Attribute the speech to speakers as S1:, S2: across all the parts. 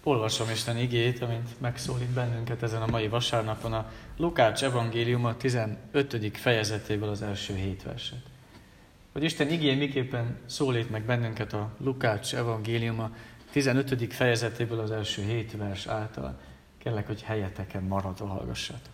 S1: Olvasom Isten igéjét, amint megszólít bennünket ezen a mai vasárnapon a Lukács evangéliuma 15. fejezetéből az első 7 verset. Hogy Isten igéje miképpen szólít meg bennünket a Lukács evangéliuma 15. fejezetéből az első 7 vers által, kérlek, hogy helyeteken maradva hallgassátok.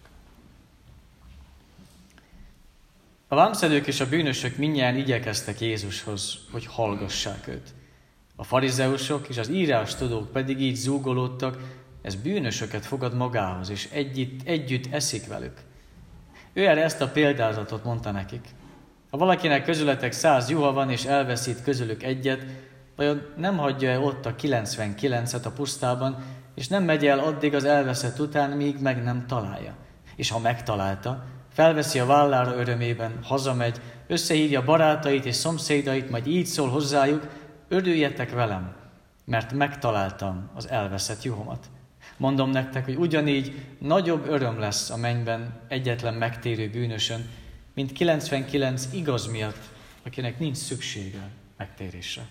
S1: A vámszedők és a bűnösök mindnyájan igyekeztek Jézushoz, hogy hallgassák őt. A farizeusok és az írástudók pedig így zúgolódtak, ez bűnösöket fogad magához, és együtt eszik velük. Ő erre ezt a példázatot mondta nekik. Ha valakinek közületek 100 juha van, és elveszít közülük egyet, vajon nem hagyja ott a 99-et a pusztában, és nem megy el addig az elveszett után, míg meg nem találja. És ha megtalálta, felveszi a vállára örömében, hazamegy, összehívja barátait és szomszédait, majd így szól hozzájuk: örüljetek velem, mert megtaláltam az elveszett juhomat. Mondom nektek, hogy ugyanígy nagyobb öröm lesz a mennyben egyetlen megtérő bűnösön, mint 99 igaz miatt, akinek nincs szüksége megtérésre.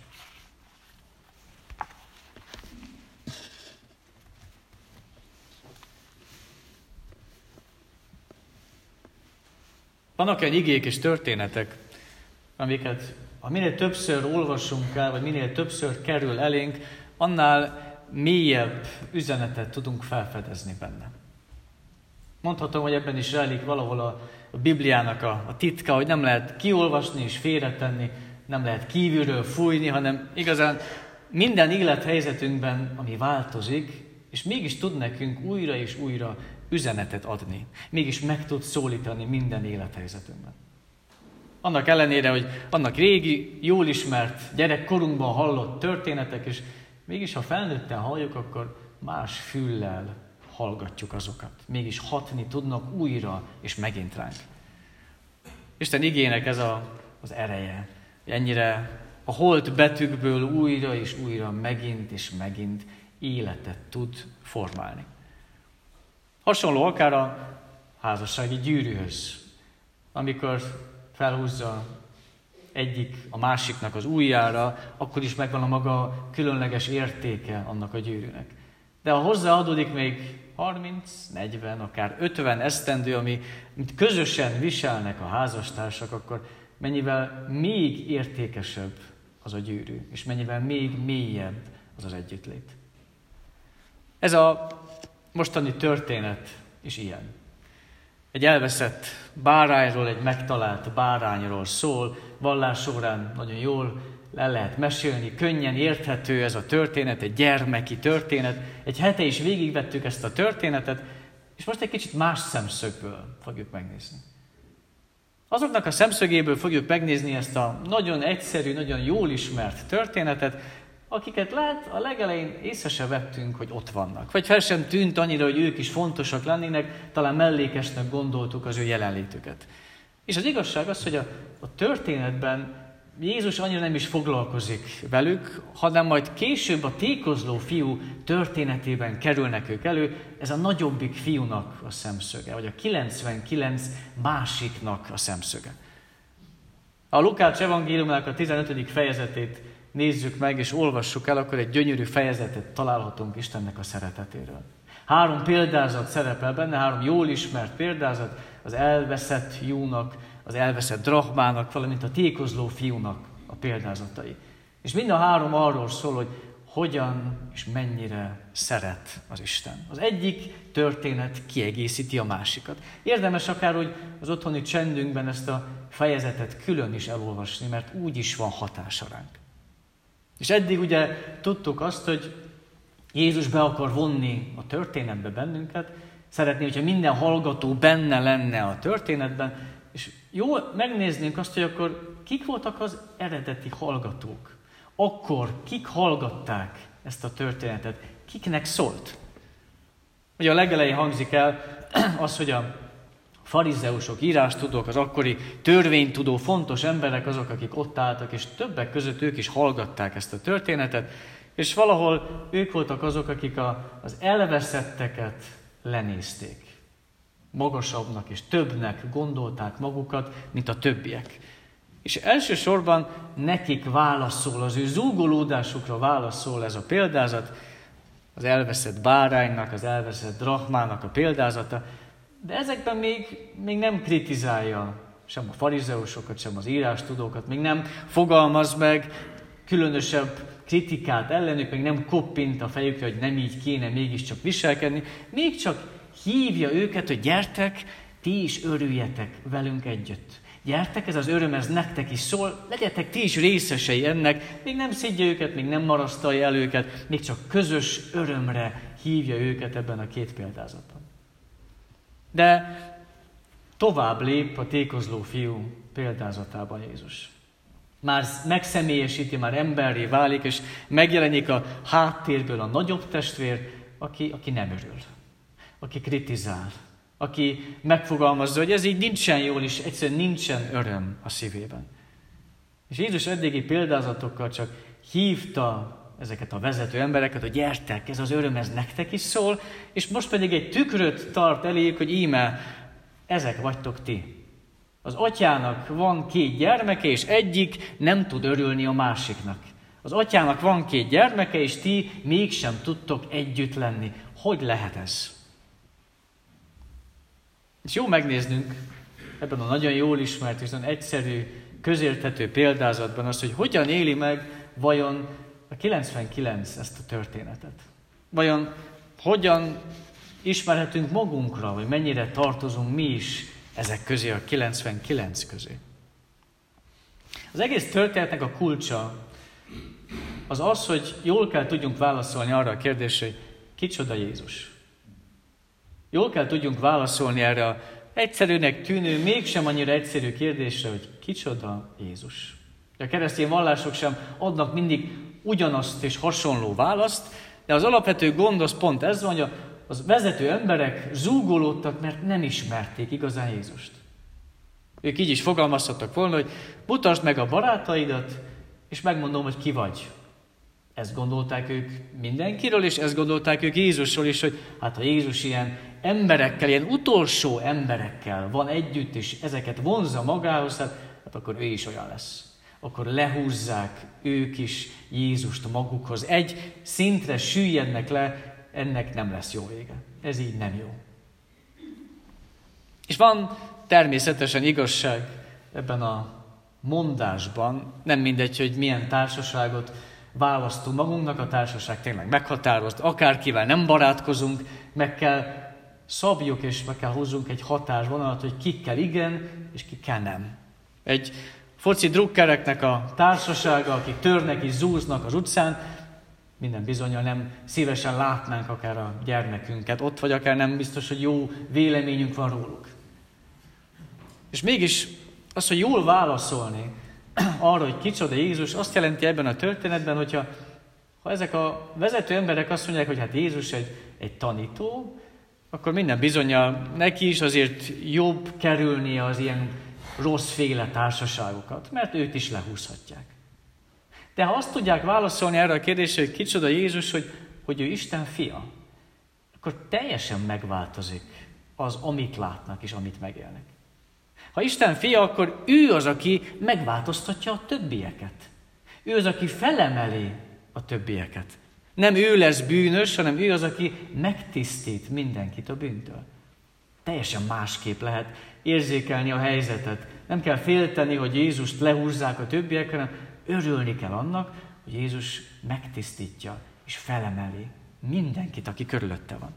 S1: Vannak olyan igék és történetek, amiket ha minél többször olvasunk el, vagy minél többször kerül elénk, annál mélyebb üzenetet tudunk felfedezni benne. Mondhatom, hogy ebben is rejlik valahol a Bibliának a titka, hogy nem lehet kiolvasni és félretenni, nem lehet kívülről fújni, hanem igazán minden élethelyzetünkben, ami változik, és mégis tud nekünk újra és újra üzenetet adni. Mégis meg tud szólítani minden élethelyzetünkben. Annak ellenére, hogy vannak régi, jól ismert, gyerekkorunkban hallott történetek, és mégis ha felnőtten halljuk, akkor más füllel hallgatjuk azokat. Mégis hatni tudnak újra és megint ránk. Isten igének ez az ereje, hogy ennyire a holt betűkből újra és újra, megint és megint életet tud formálni. Hasonló akár a házassági gyűrűhöz, amikor felhúzza egyik a másiknak az ujjára, akkor is megvan a maga különleges értéke annak a gyűrűnek. De ha hozzáadódik még 30, 40, akár 50 esztendő, amit közösen viselnek a házastársak, akkor mennyivel még értékesebb az a gyűrű, és mennyivel még mélyebb az az együttlét. Ez a mostani történet is ilyen. Egy elveszett bárányról, egy megtalált bárányról szól, vallás során nagyon jól el lehet mesélni, könnyen érthető ez a történet, egy gyermeki történet. Egy hete is végigvettük ezt a történetet, és most egy kicsit más szemszögből fogjuk megnézni. Azoknak a szemszögéből fogjuk megnézni ezt a nagyon egyszerű, nagyon jól ismert történetet, akiket lehet a legelején észre se vettünk, hogy ott vannak. Vagy fel sem tűnt annyira, hogy ők is fontosak lennének, talán mellékesnek gondoltuk az ő jelenlétüket. És az igazság az, hogy a történetben Jézus annyira nem is foglalkozik velük, hanem majd később a tékozló fiú történetében kerülnek ők elő, ez a nagyobbik fiúnak a szemszöge, vagy a 99 másiknak a szemszöge. A Lukács evangéliumának a 15. fejezetét nézzük meg, és olvassuk el, akkor egy gyönyörű fejezetet találhatunk Istennek a szeretetéről. 3 példázat szerepel benne, 3 jól ismert példázat, az elveszett juhnak, az elveszett drachmának, valamint a tékozló fiúnak a példázatai. És mind a 3 arról szól, hogy hogyan és mennyire szeret az Isten. Az egyik történet kiegészíti a másikat. Érdemes akár, hogy az otthoni csendünkben ezt a fejezetet külön is elolvasni, mert úgy is van hatása ránk. És eddig ugye tudtuk azt, hogy Jézus be akar vonni a történetbe bennünket, szeretné, hogyha minden hallgató benne lenne a történetben, és jól megnéznénk azt, hogy akkor kik voltak az eredeti hallgatók. Akkor kik hallgatták ezt a történetet, kiknek szólt. Ugye a legelején hangzik el az, hogy a farizeusok, írástudók, az akkori törvénytudó fontos emberek azok, akik ott álltak, és többek között ők is hallgatták ezt a történetet, és valahol ők voltak azok, akik az elveszetteket lenézték. Magasabbnak és többnek gondolták magukat, mint a többiek. És elsősorban nekik válaszol, az ő zúgolódásukra válaszol ez a példázat. az elveszett báránynak, az elveszett drachmának a példázata, de ezekben még nem kritizálja sem a farizeusokat, sem az írástudókat, még nem fogalmaz meg különösebb kritikát ellenük, még nem koppint a fejükre, hogy nem így kéne mégiscsak viselkedni, még csak hívja őket, hogy gyertek, ti is örüljetek velünk együtt. Gyertek, ez az öröm, ez nektek is szól, legyetek ti is részesei ennek, még nem szidja őket, még nem marasztalja el őket, még csak közös örömre hívja őket ebben a két példázatban. De tovább lép a tékozló fiú példázatában Jézus. Már megszemélyesíti, már emberré válik, és megjelenik a háttérből a nagyobb testvér, aki nem örül, aki kritizál, aki megfogalmazza, hogy ez így nincsen jól, és egyszerűen nincsen öröm a szívében. És Jézus eddigi példázatokkal csak hívta ezeket a vezető embereket, hogy gyertek, ez az öröm, ez nektek is szól, és most pedig egy tükröt tart eléjük, hogy íme, ezek vagytok ti. Az atyának van 2 gyermeke, és egyik nem tud örülni a másiknak. Az atyának van 2 gyermeke, és ti mégsem tudtok együtt lenni. Hogy lehet ez? És jó megnéznünk ebben a nagyon jól ismert és nagyon egyszerű, közérthető példázatban azt, hogy hogyan éli meg vajon a 99 ezt a történetet. Vajon hogyan ismerhetünk magunkra, vagy mennyire tartozunk mi is ezek közé, a 99 közé. Az egész történetnek a kulcsa az, hogy jól kell tudjunk válaszolni arra a kérdésre, hogy kicsoda Jézus. Jól kell tudjunk válaszolni erre a egyszerűnek tűnő, mégsem annyira egyszerű kérdésre, hogy kicsoda Jézus. A keresztény vallások sem adnak mindig ugyanazt és hasonló választ, de az alapvető gond az pont ez van, hogy az vezető emberek zúgolódtak, mert nem ismerték igazán Jézust. Ők így is fogalmazhattak volna, hogy mutasd meg a barátaidat, és megmondom, hogy ki vagy. Ezt gondolták ők mindenkiről, és ezt gondolták ők Jézusról is, hogy hát ha Jézus ilyen emberekkel, ilyen utolsó emberekkel van együtt, és ezeket vonzza magához, hát akkor ő is olyan lesz. Akkor lehúzzák ők is Jézust magukhoz. Egy szintre süllyednek le, ennek nem lesz jó vége. Ez így nem jó. És van természetesen igazság ebben a mondásban. Nem mindegy, hogy milyen társaságot választunk magunknak, a társaság tényleg meghatározott. Akárkivel nem barátkozunk, meg kell szabjuk és meg kell hozzunk egy határvonalat, hogy kikkel igen, és kikkel nem. Egy foci drukkereknek a társasága, akik törnek és zúznak az utcán, minden bizonnyal nem szívesen látnánk akár a gyermekünket ott, vagy akár nem biztos, hogy jó véleményünk van róluk. És mégis az, hogy jól válaszolni arra, hogy kicsoda Jézus, azt jelenti ebben a történetben, hogyha ezek a vezető emberek azt mondják, hogy hát Jézus egy tanító, akkor minden bizonnyal neki is azért jobb kerülnie az ilyen rosszféle társaságokat, mert őt is lehúzhatják. De ha azt tudják válaszolni erre a kérdésre, hogy kicsoda Jézus, hogy ő Isten fia, akkor teljesen megváltozik az, amit látnak és amit megélnek. Ha Isten fia, akkor ő az, aki megváltoztatja a többieket. Ő az, aki felemeli a többieket. Nem ő lesz bűnös, hanem ő az, aki megtisztít mindenkit a bűntől. Teljesen másképp lehet érzékelni a helyzetet. Nem kell félteni, hogy Jézust lehúzzák a többiek, hanem örülni kell annak, hogy Jézus megtisztítja és felemeli mindenkit, aki körülötte van.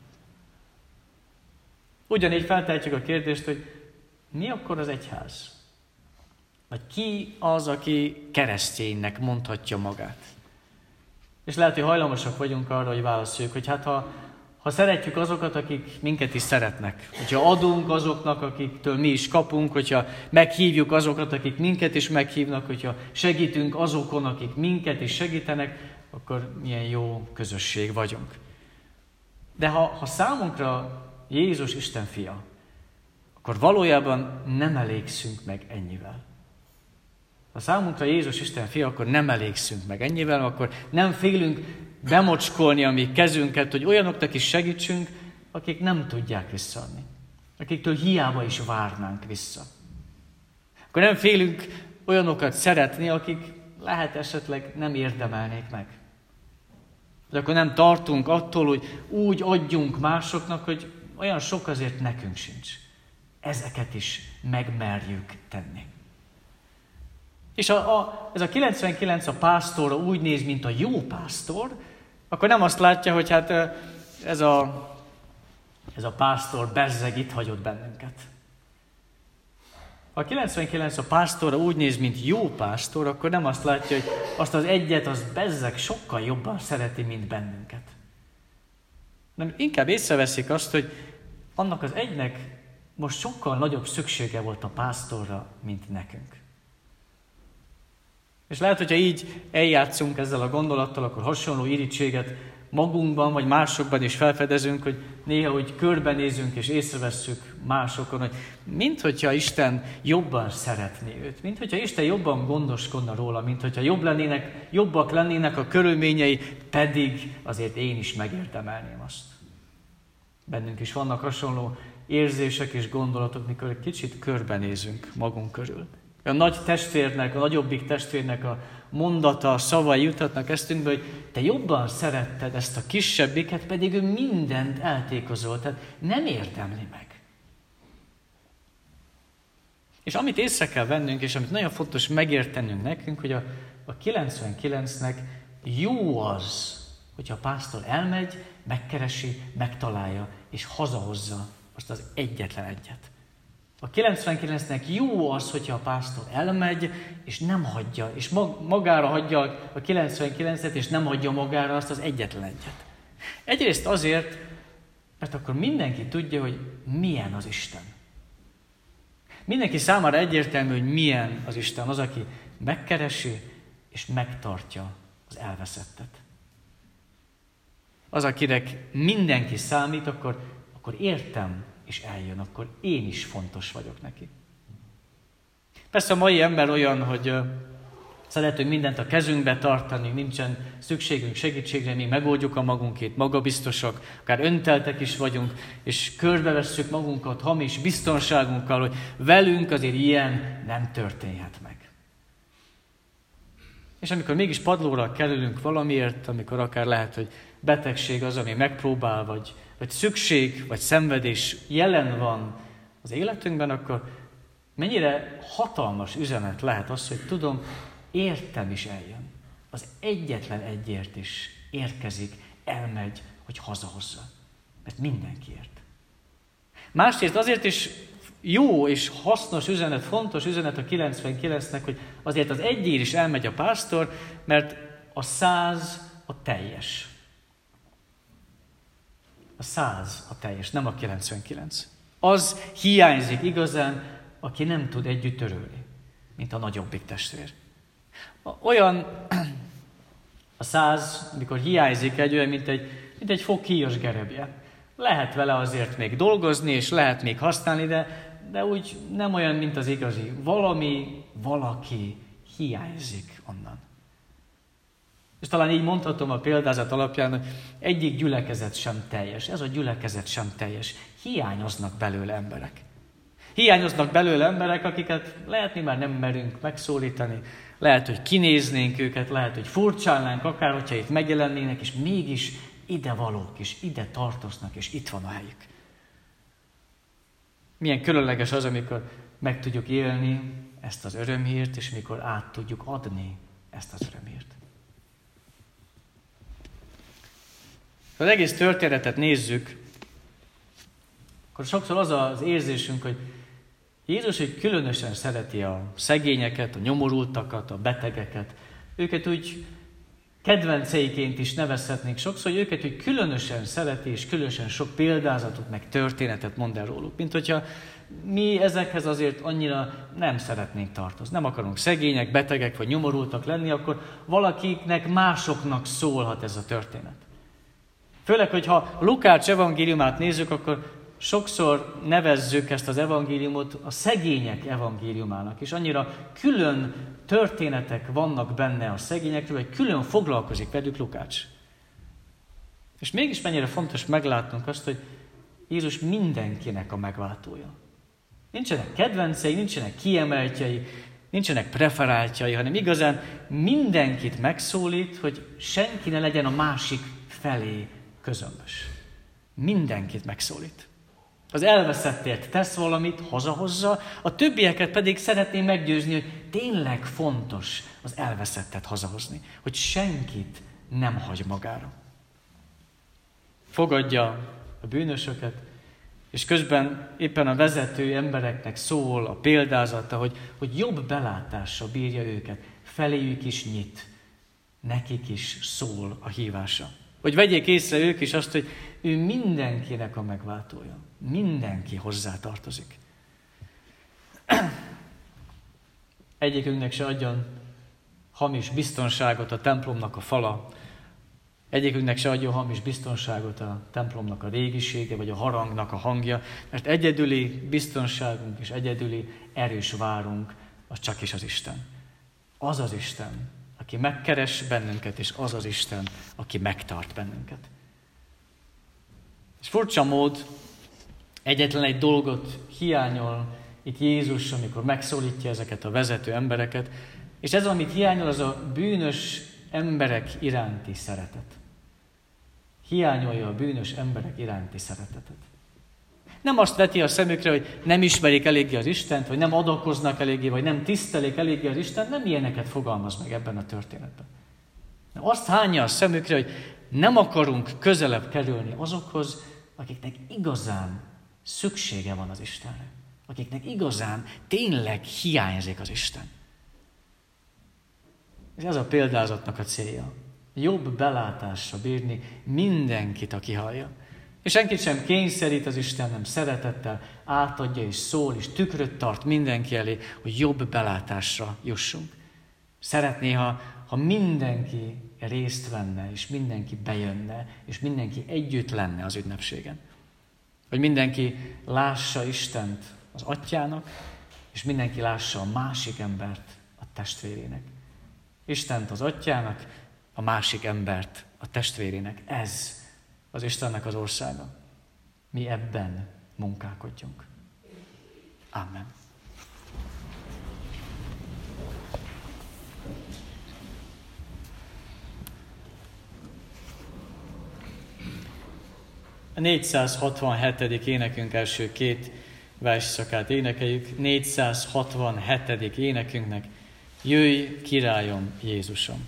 S1: Ugyanígy feltehetjük a kérdést, hogy mi akkor az egyház? Vagy ki az, aki kereszténynek mondhatja magát? És lehet, hogy hajlamosak vagyunk arra, hogy válaszoljuk, hogy hát ha szeretjük azokat, akik minket is szeretnek, hogyha adunk azoknak, akiktől mi is kapunk, hogyha meghívjuk azokat, akik minket is meghívnak, hogyha segítünk azokon, akik minket is segítenek, akkor milyen jó közösség vagyunk. De ha számunkra Jézus Isten fia, akkor valójában nem elégszünk meg ennyivel. Ha számunkra Jézus Isten fia, akkor nem elégszünk meg ennyivel, akkor nem félünk bemocskolni a mi kezünket, hogy olyanoknak is segítsünk, akik nem tudják visszaadni. Akiktől hiába is várnánk vissza. Akkor nem félünk olyanokat szeretni, akik lehet esetleg nem érdemelnék meg. Vagy akkor nem tartunk attól, hogy úgy adjunk másoknak, hogy olyan sok azért nekünk sincs. Ezeket is megmerjük tenni. És ez a 99 a pásztorra úgy néz, mint a jó pásztor, akkor nem azt látja, hogy hát ez a pásztor bezzeg itt hagyott bennünket. Ha a 99 a pásztorra úgy néz, mint jó pásztor, akkor nem azt látja, hogy azt az egyet, az bezzeg sokkal jobban szereti, mint bennünket. Nem, inkább észreveszik azt, hogy annak az egynek most sokkal nagyobb szüksége volt a pásztorra, mint nekünk. És lehet, hogyha így eljátszunk ezzel a gondolattal, akkor hasonló irítséget magunkban, vagy másokban is felfedezünk, hogy néha úgy körbenézünk és észrevesszük másokon, hogy minthogyha Isten jobban szeretné őt, minthogyha Isten jobban gondoskodna róla, minthogyha jobbak lennének a körülményei, pedig azért én is megérdemelném azt. Bennünk is vannak hasonló érzések és gondolatok, mikor egy kicsit körbenézünk magunk körül. A nagy testvérnek, a nagyobbik testvérnek a mondata, a szavai jutatnak eszünkbe, hogy te jobban szeretted ezt a kisebbiket, pedig ő mindent eltékozolt, tehát nem érdemli meg. És amit észre kell vennünk, és amit nagyon fontos megértenünk nekünk, hogy a 99-nek jó az, hogyha a pásztor elmegy, megkeresi, megtalálja, és hazahozza azt az egyetlen egyet. A 99-nek jó az, hogyha a pásztor elmegy, és nem hagyja, és magára hagyja a 99-et, és nem hagyja magára azt az egyetlen egyet. Egyrészt azért, mert akkor mindenki tudja, hogy milyen az Isten. Mindenki számára egyértelmű, hogy milyen az Isten, az, aki megkeresi, és megtartja az elveszettet. Az, akinek mindenki számít, akkor értem, és eljön, akkor én is fontos vagyok neki. Persze a mai ember olyan, hogy szeretünk mindent a kezünkbe tartani, nincsen szükségünk segítségre, mi megoldjuk a magunkét, magabiztosak, akár önteltek is vagyunk, és körbevesszük magunkat hamis biztonságunkkal, hogy velünk azért ilyen nem történhet meg. És amikor mégis padlóra kerülünk valamiért, amikor akár lehet, hogy betegség az, ami megpróbál, vagy szükség, vagy szenvedés jelen van az életünkben, akkor mennyire hatalmas üzenet lehet az, hogy tudom, értem is eljön. Az egyetlen egyért is érkezik, elmegy, hogy hazahozza. Mert mindenkiért. Másrészt azért is jó és hasznos üzenet, fontos üzenet a 99-nek, hogy azért az egyért is elmegy a pásztor, mert a 100 a teljes. A 100 a teljes, nem a 99. Az hiányzik igazán, aki nem tud együtt örülni, mint a nagyobbik testvér. Olyan a 100, mikor hiányzik olyan, mint egy fog híjas gerebje. Lehet vele azért még dolgozni, és lehet még használni, de úgy nem olyan, mint az igazi. Valaki hiányzik onnan. És talán így mondhatom a példázat alapján, hogy egyik gyülekezet sem teljes. Ez a gyülekezet sem teljes. Hiányoznak belőle emberek. Hiányoznak belőle emberek, akiket lehet mi már nem merünk megszólítani. Lehet, hogy kinéznénk őket, lehet, hogy furcsálnánk, akár hogyha itt megjelennének, és mégis ide valók, és ide tartoznak, és itt van a helyük. Milyen különleges az, amikor meg tudjuk élni ezt az örömhírt, és mikor át tudjuk adni ezt az örömhírt. Ha az egész történetet nézzük, akkor sokszor az az érzésünk, hogy Jézus hogy különösen szereti a szegényeket, a nyomorultakat, a betegeket. Őket úgy kedvenceiként is nevezhetnénk sokszor, hogy őket úgy különösen szereti, és különösen sok példázatot, meg történetet mond el róluk. Mint hogyha mi ezekhez azért annyira nem szeretnénk tartozni. Nem akarunk szegények, betegek vagy nyomorultak lenni, akkor valakiknek másoknak szólhat ez a történet. Főleg, hogyha Lukács evangéliumát nézzük, akkor sokszor nevezzük ezt az evangéliumot a szegények evangéliumának, és annyira külön történetek vannak benne a szegényekről, hogy külön foglalkozik velük Lukács. És mégis mennyire fontos meglátnunk azt, hogy Jézus mindenkinek a megváltója. Nincsenek kedvencei, nincsenek kiemeltjei, nincsenek preferáltjai, hanem igazán mindenkit megszólít, hogy senki ne legyen a másik felé közömbös. Mindenkit megszólít. Az elveszettért tesz valamit, hazahozza, a többieket pedig szeretné meggyőzni, hogy tényleg fontos az elveszettet hazahozni, hogy senkit nem hagy magára. Fogadja a bűnösöket, és közben éppen a vezető embereknek szól a példázata, hogy jobb belátással bírja őket, feléjük is nyit, nekik is szól a hívása. Hogy vegyék észre ők is azt, hogy ő mindenkinek a megváltója. Mindenki hozzá tartozik. Egyikünknek se adjon hamis biztonságot a templomnak a fala. Egyikünknek se adjon hamis biztonságot a templomnak a régisége, vagy a harangnak a hangja, mert egyedüli biztonságunk és egyedüli erős várunk, az csak is az Isten. Az az Isten, aki megkeres bennünket, és az az Isten, aki megtart bennünket. És furcsa mód, egyetlen egy dolgot hiányol itt Jézus, amikor megszólítja ezeket a vezető embereket, és ez, amit hiányol, az a bűnös emberek iránti szeretet. Hiányolja a bűnös emberek iránti szeretetet. Nem azt veti a szemükre, hogy nem ismerik eléggé az Istent, vagy nem adakoznak eléggé, vagy nem tisztelik eléggé az Istent, nem ilyeneket fogalmaz meg ebben a történetben. Azt hányja a szemükre, hogy nem akarunk közelebb kerülni azokhoz, akiknek igazán szüksége van az Istenre. Akiknek igazán tényleg hiányzik az Isten. És ez a példázatnak a célja. Jobb belátásra bírni mindenkit, aki hallja. És senkit sem kényszerít az Isten, nem szeretettel átadja és szól, és tükröt tart mindenki elé, hogy jobb belátásra jussunk. Szeretné, ha mindenki részt venne, és mindenki bejönne, és mindenki együtt lenne az ünnepségen. Hogy mindenki lássa Istent az atyának, és mindenki lássa a másik embert a testvérének. Istent az atyának, a másik embert a testvérének. Ez az Istennek az országa. Mi ebben munkálkodjunk. Amen. A 467. énekünk első két versszakát énekeljük. 467. énekünknek Jöjj, királyom, Jézusom!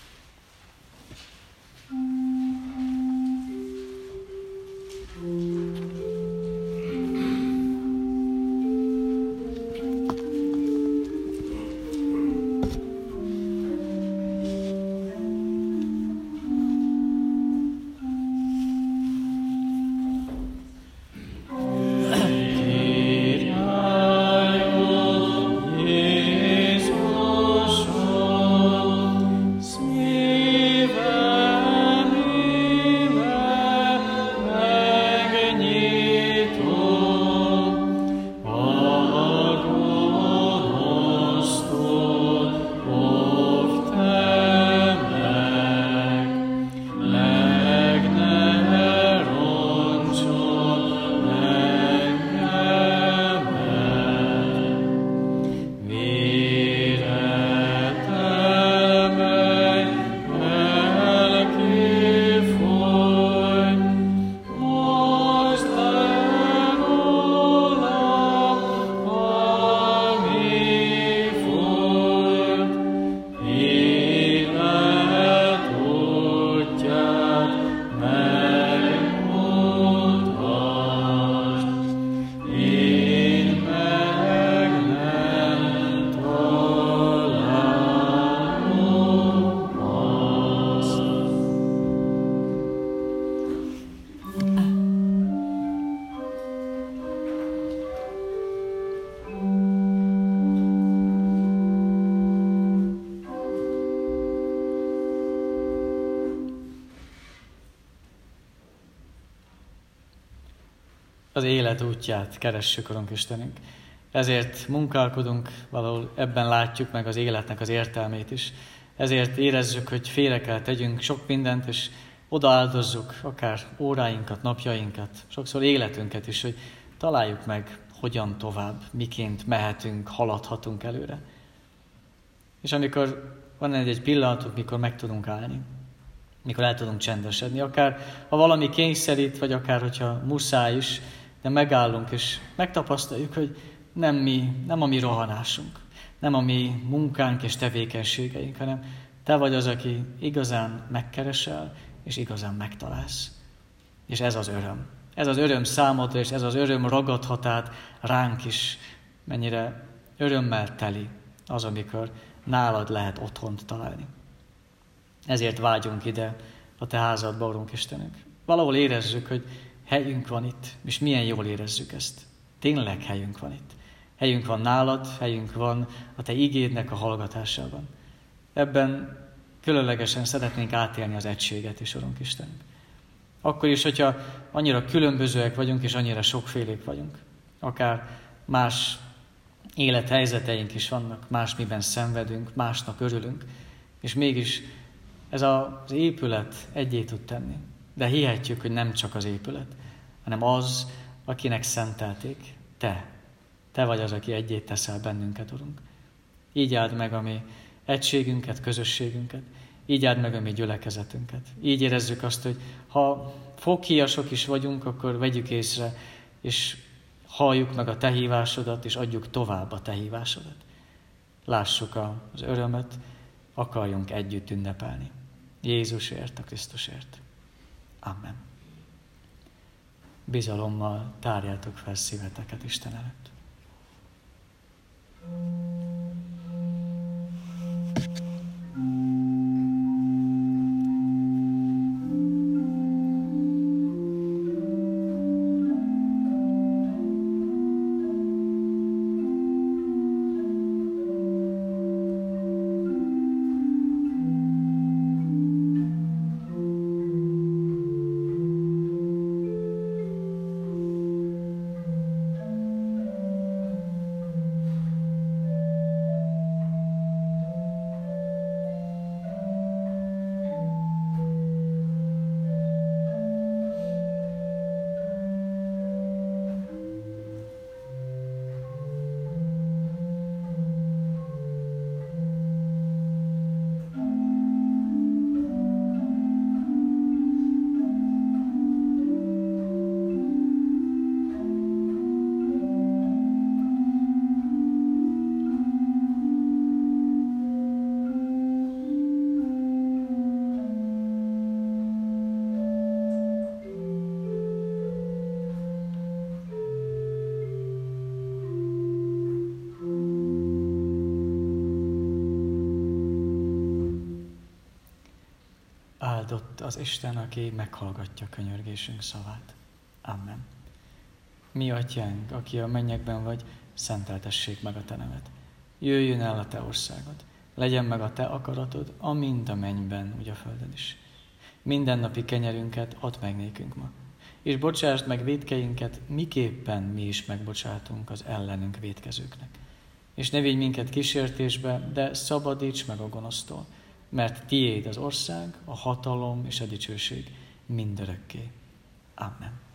S1: Az élet útját keressük, Urunk Istenünk. Ezért munkálkodunk, valahol ebben látjuk meg az életnek az értelmét is. Ezért érezzük, hogy félre kell tegyünk sok mindent, és odaáldozzuk akár óráinkat, napjainkat, sokszor életünket is, hogy találjuk meg, hogyan tovább, miként mehetünk, haladhatunk előre. És amikor van egy pillanatunk, mikor meg tudunk állni, mikor el tudunk csendesedni. Akár ha valami kényszerít, vagy akár hogyha muszáj is, de megállunk és megtapasztaljuk, hogy nem a mi rohanásunk, nem a mi munkánk és tevékenységeink, hanem te vagy az, aki igazán megkeresel, és igazán megtalálsz. És ez az öröm. Ez az öröm számodra, és ez az öröm ragadhat át ránk is, mennyire örömmel teli az, amikor nálad lehet otthont találni. Ezért vágyunk ide a te házadba, Urunk Istenünk. Valahol érezzük, hogy helyünk van itt, és milyen jól érezzük ezt. Tényleg helyünk van itt. Helyünk van nálad, helyünk van a te igédnek a hallgatásában. Ebben különlegesen szeretnénk átélni az egységet is, Urunk Istenünk. Akkor is, hogyha annyira különbözőek vagyunk, és annyira sokfélék vagyunk. Akár más élethelyzeteink is vannak, másmiben szenvedünk, másnak örülünk, és mégis ez az épület egyé tud tenni. De hihetjük, hogy nem csak az épület, hanem az, akinek szentelték, te. Te vagy az, aki egyé teszel bennünket, Urunk. Így áld meg a mi egységünket, közösségünket, így áld meg a mi gyülekezetünket. Így érezzük azt, hogy ha foghíjasok is vagyunk, akkor vegyük észre, és halljuk meg a te hívásodat, és adjuk tovább a te hívásodat. Lássuk az örömöt, akarjunk együtt ünnepelni. Jézusért, a Krisztusért. Amen. Bizalommal tárjátok fel szíveteket Isten előtt. Áldott az Isten, aki meghallgatja könyörgésünk szavát. Amen. Mi atyánk, aki a mennyekben vagy, szenteltessék meg a te neved. Jöjjön el a te országod. Legyen meg a te akaratod, amint a mennyben, úgy a földön is. Mindennapi kenyerünket add meg nékünk ma. És bocsásd meg vétkeinket, miképpen mi is megbocsátunk az ellenünk vétkezőknek. És ne vigy minket kísértésbe, de szabadíts meg a gonosztól, mert tiéd az ország, a hatalom és a dicsőség mindörökké. Amen.